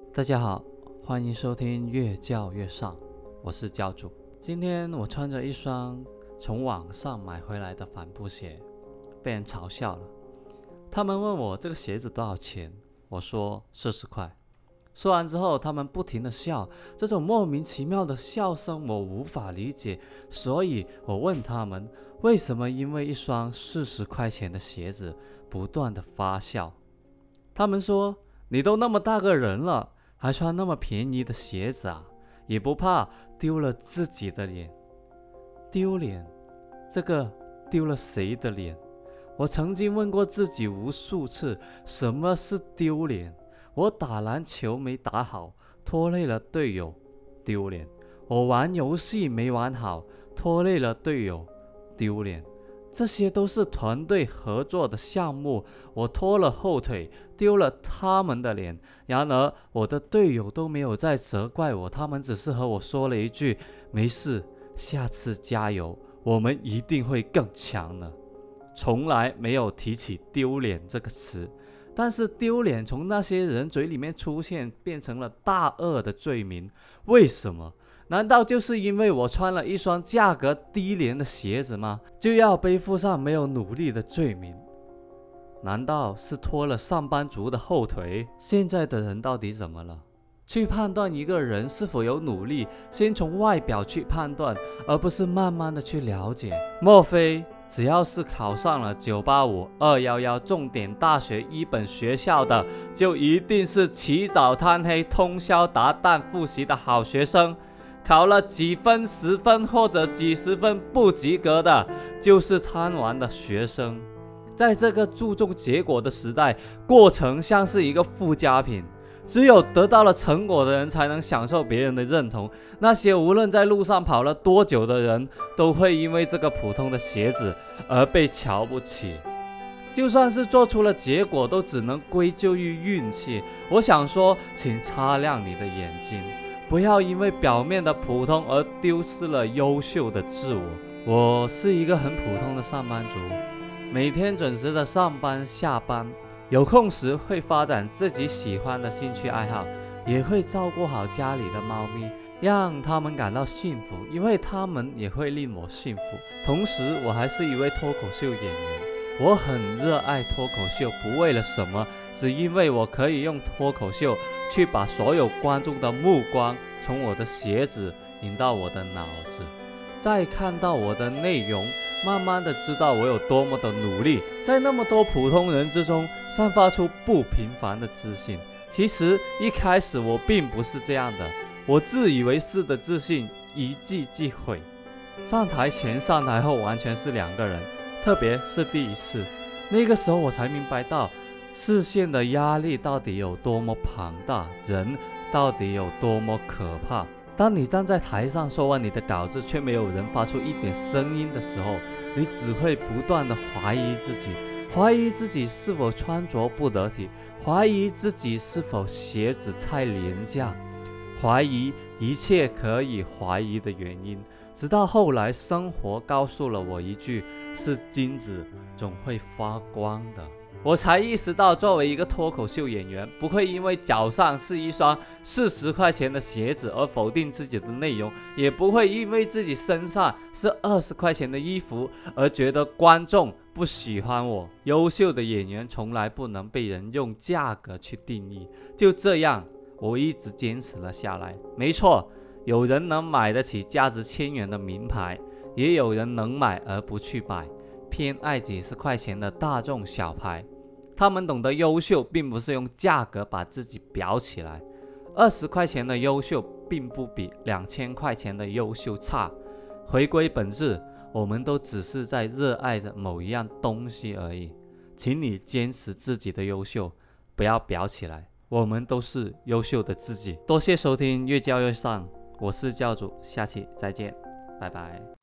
大家好，欢迎收听越教越上，我是教主。今天我穿着一双从网上买回来的帆布鞋，被人嘲笑了。他们问我这个鞋子多少钱，我说40块。说完之后，他们不停地笑，这种莫名其妙的笑声我无法理解，所以我问他们为什么因为一双40块钱的鞋子不断地发笑。他们说，你都那么大个人了，还穿那么便宜的鞋子啊，也不怕丢了自己的脸。丢脸，这个丢了谁的脸？我曾经问过自己无数次，什么是丢脸？我打篮球没打好，拖累了队友，丢脸；我玩游戏没玩好，拖累了队友，丢脸。这些都是团队合作的项目，我拖了后腿，丢了他们的脸。然而我的队友都没有再责怪我，他们只是和我说了一句，没事，下次加油，我们一定会更强的。从来没有提起丢脸这个词，但是丢脸从那些人嘴里面出现，变成了大恶的罪名。为什么？难道就是因为我穿了一双价格低廉的鞋子吗？就要背负上没有努力的罪名？难道是拖了上班族的后腿？现在的人到底怎么了？去判断一个人是否有努力，先从外表去判断，而不是慢慢的去了解。莫非只要是考上了985、211重点大学一本学校的，就一定是起早贪黑、通宵达旦复习的好学生？考了几分、10分或者几十分不及格的，就是贪玩的学生。在这个注重结果的时代，过程像是一个附加品，只有得到了成果的人才能享受别人的认同。那些无论在路上跑了多久的人，都会因为这个普通的鞋子而被瞧不起。就算是做出了结果，都只能归咎于运气。我想说，请擦亮你的眼睛，不要因为表面的普通而丢失了优秀的自我。我是一个很普通的上班族，每天准时的上班下班，有空时会发展自己喜欢的兴趣爱好，也会照顾好家里的猫咪，让他们感到幸福，因为他们也会令我幸福。同时我还是一位脱口秀演员，我很热爱脱口秀，不为了什么，只因为我可以用脱口秀去把所有观众的目光从我的鞋子引到我的脑子，再看到我的内容，慢慢的知道我有多么的努力，在那么多普通人之中散发出不平凡的自信。其实一开始我并不是这样的，我自以为是的自信一记即毁，上台前上台后完全是两个人，特别是第一次，那个时候我才明白到视线的压力到底有多么庞大，人到底有多么可怕。当你站在台上说完你的稿子，却没有人发出一点声音的时候，你只会不断的怀疑自己，怀疑自己是否穿着不得体，怀疑自己是否鞋子太廉价，怀疑一切可以怀疑的原因。直到后来生活告诉了我一句，是金子总会发光的，我才意识到，作为一个脱口秀演员，不会因为脚上是一双40块钱的鞋子而否定自己的内容，也不会因为自己身上是20块钱的衣服而觉得观众不喜欢我。优秀的演员从来不能被人用价格去定义。就这样，我一直坚持了下来。没错，有人能买得起价值1000元的名牌，也有人能买而不去买，偏爱几十块钱的大众小牌。他们懂得优秀并不是用价格把自己裱起来，20块钱的优秀并不比2000块钱的优秀差。回归本质，我们都只是在热爱着某一样东西而已。请你坚持自己的优秀，不要裱起来，我们都是优秀的自己。多谢收听越教越上，我是教主，下期再见，拜拜。